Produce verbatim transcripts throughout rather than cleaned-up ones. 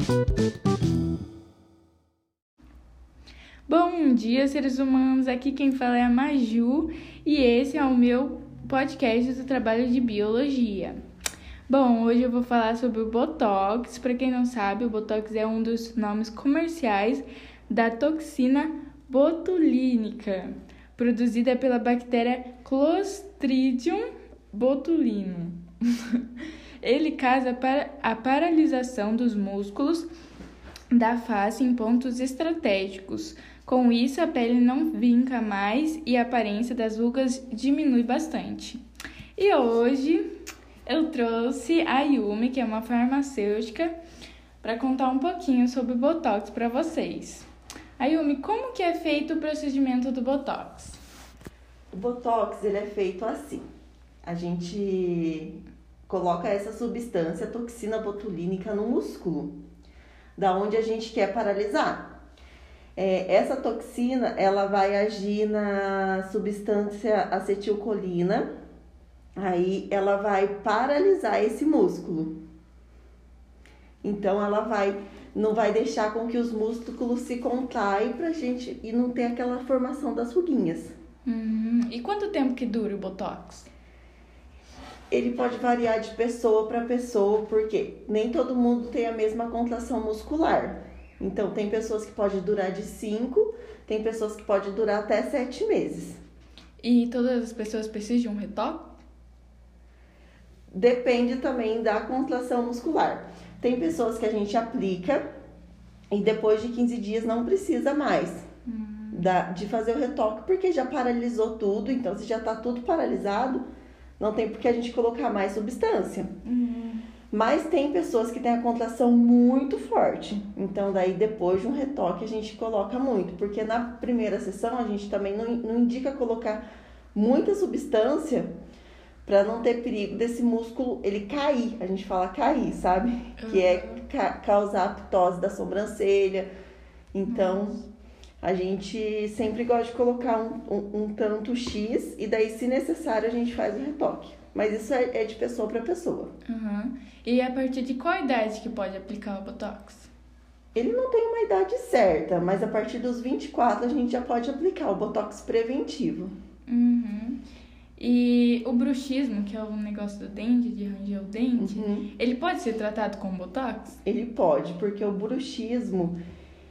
Bom dia, seres humanos. Aqui quem fala é a Maju e esse é o meu podcast do trabalho de biologia. Bom, hoje eu vou falar sobre o Botox. Para quem não sabe, o Botox é um dos nomes comerciais da toxina botulínica, produzida pela bactéria Clostridium botulinum. Ele causa a paralisação dos músculos da face em pontos estratégicos. Com isso, a pele não vinca mais e a aparência das rugas diminui bastante. E hoje eu trouxe a Yumi, que é uma farmacêutica, para contar um pouquinho sobre o Botox para vocês. A Yumi, como que é feito o procedimento do Botox? O Botox ele é feito assim. A gente coloca essa substância, a toxina botulínica, no músculo, da onde a gente quer paralisar. É, essa toxina, ela vai agir na substância acetilcolina, aí ela vai paralisar esse músculo. Então, ela vai, não vai deixar com que os músculos se contraem pra gente e não ter aquela formação das ruguinhas. Hum, e quanto tempo que dura o Botox? Ele pode variar de pessoa para pessoa, porque nem todo mundo tem a mesma contração muscular. Então, tem pessoas que pode durar de cinco, tem pessoas que pode durar até sete meses. E todas as pessoas precisam de um retoque? Depende também da contração muscular. Tem pessoas que a gente aplica e depois de quinze dias não precisa mais hum. da, de fazer o retoque, porque já paralisou tudo. Então, se já está tudo paralisado, não tem por que a gente colocar mais substância. Hum. Mas tem pessoas que têm a contração muito forte. Então, daí depois de um retoque a gente coloca muito. Porque na primeira sessão a gente também não, não indica colocar muita substância para não ter perigo desse músculo ele cair. A gente fala cair, sabe? Uhum. Que é ca- causar a ptose da sobrancelha. Então, uhum. a gente sempre gosta de colocar um, um, um tanto X e daí, se necessário, a gente faz o retoque. Mas isso é, é de pessoa para pessoa. Uhum. E a partir de qual idade que pode aplicar o Botox? Ele não tem uma idade certa, mas a partir dos vinte e quatro a gente já pode aplicar o Botox preventivo. Uhum. E o bruxismo, que é o negócio do dente, de ranger o dente, uhum. ele pode ser tratado com Botox? Ele pode, porque o bruxismo,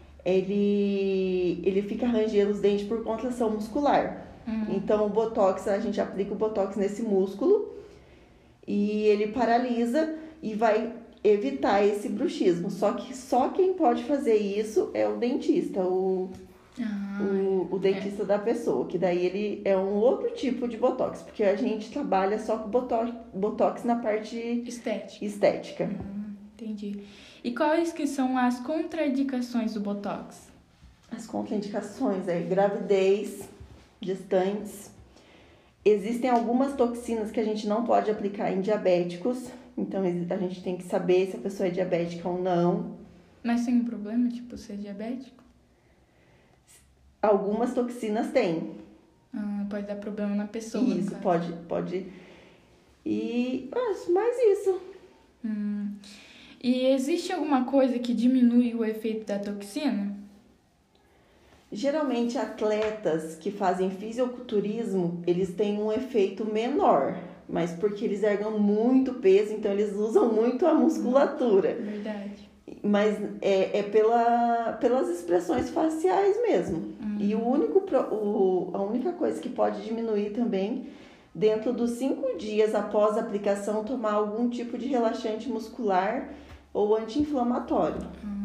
ele, ele fica rangendo os dentes por contração muscular. Uhum. Então, o Botox, a gente aplica o Botox nesse músculo e ele paralisa e vai evitar esse bruxismo. Só que só quem pode fazer isso é o dentista, o, ah, o, o dentista é. da pessoa, que daí ele é um outro tipo de Botox, porque a gente trabalha só com Botox, botox na parte estética. estética. Hum, entendi. E quais que são as contraindicações do Botox? As contraindicações é gravidez, gestantes. Existem algumas toxinas que a gente não pode aplicar em diabéticos, então a gente tem que saber se a pessoa é diabética ou não. Mas tem um problema, tipo, ser diabético? Algumas toxinas têm. Ah, pode dar problema na pessoa. Isso, pode, pode. E mais isso. Hum. E existe alguma coisa que diminui o efeito da toxina? Geralmente, atletas que fazem fisiculturismo, eles têm um efeito menor, mas porque eles ergam muito peso, então eles usam muito a musculatura. Verdade. Mas é, é pela, pelas expressões faciais mesmo. Uhum. E o único, o, a única coisa que pode diminuir também, dentro dos cinco dias após a aplicação, tomar algum tipo de relaxante muscular ou anti-inflamatório. Uhum.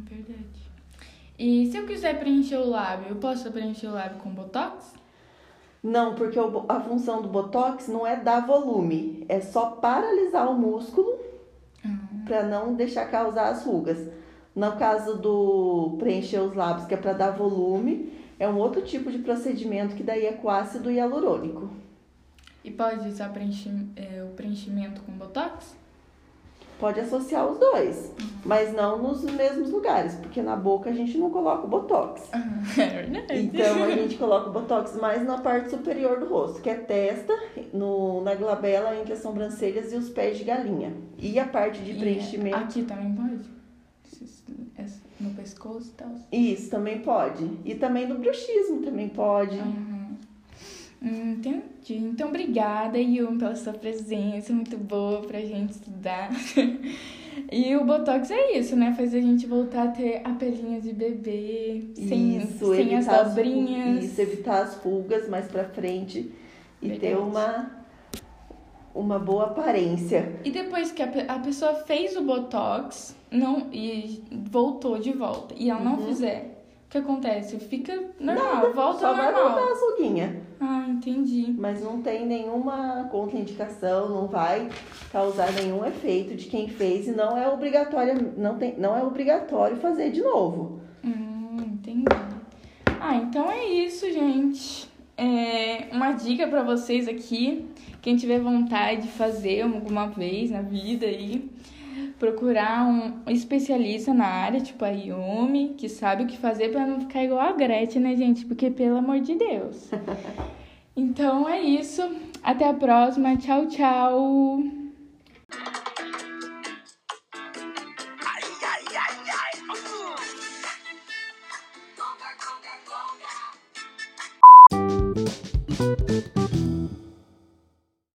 E se eu quiser preencher o lábio, eu posso preencher o lábio com Botox? Não, porque a função do Botox não é dar volume, é só paralisar o músculo uhum. para não deixar causar as rugas. No caso do preencher os lábios, que é para dar volume, é um outro tipo de procedimento que daí é com ácido hialurônico. E pode usar preenchi, é, o preenchimento com Botox? Pode associar os dois, uhum. mas não nos mesmos lugares, porque na boca a gente não coloca o Botox. Uhum. É verdade. Então a gente coloca o Botox mais na parte superior do rosto, que é testa, no, na glabela, entre as sobrancelhas e os pés de galinha. E a parte de preenchimento... E aqui também pode? no pescoço e tal? Isso, também pode. E também do bruxismo também pode. Uhum. Hum, entendi. Então, obrigada, Yumi, pela sua presença, muito boa pra gente estudar. E o Botox é isso, né? Faz a gente voltar a ter a pelinha de bebê, sem, isso, sem as dobrinhas. As, isso, evitar as pulgas mais pra frente e Verdade. ter uma, uma boa aparência. E depois que a, a pessoa fez o Botox não, e voltou de volta, e ela não uhum. fizer, o que acontece? Fica normal, Nada, volta só normal. Só vai voltar a ruguinha. Ah, entendi. Mas não tem nenhuma contraindicação, não vai causar nenhum efeito de quem fez e não é obrigatório, não tem, não é obrigatório fazer de novo. Hum, entendi. Ah, então é isso, gente. É uma dica pra vocês aqui, quem tiver vontade de fazer alguma vez na vida aí, procurar um especialista na área, tipo a Yumi, que sabe o que fazer pra não ficar igual a Gretchen, né, gente? Porque, pelo amor de Deus. Então, é isso. Até a próxima. Tchau, tchau. Ai, ai, ai, ai.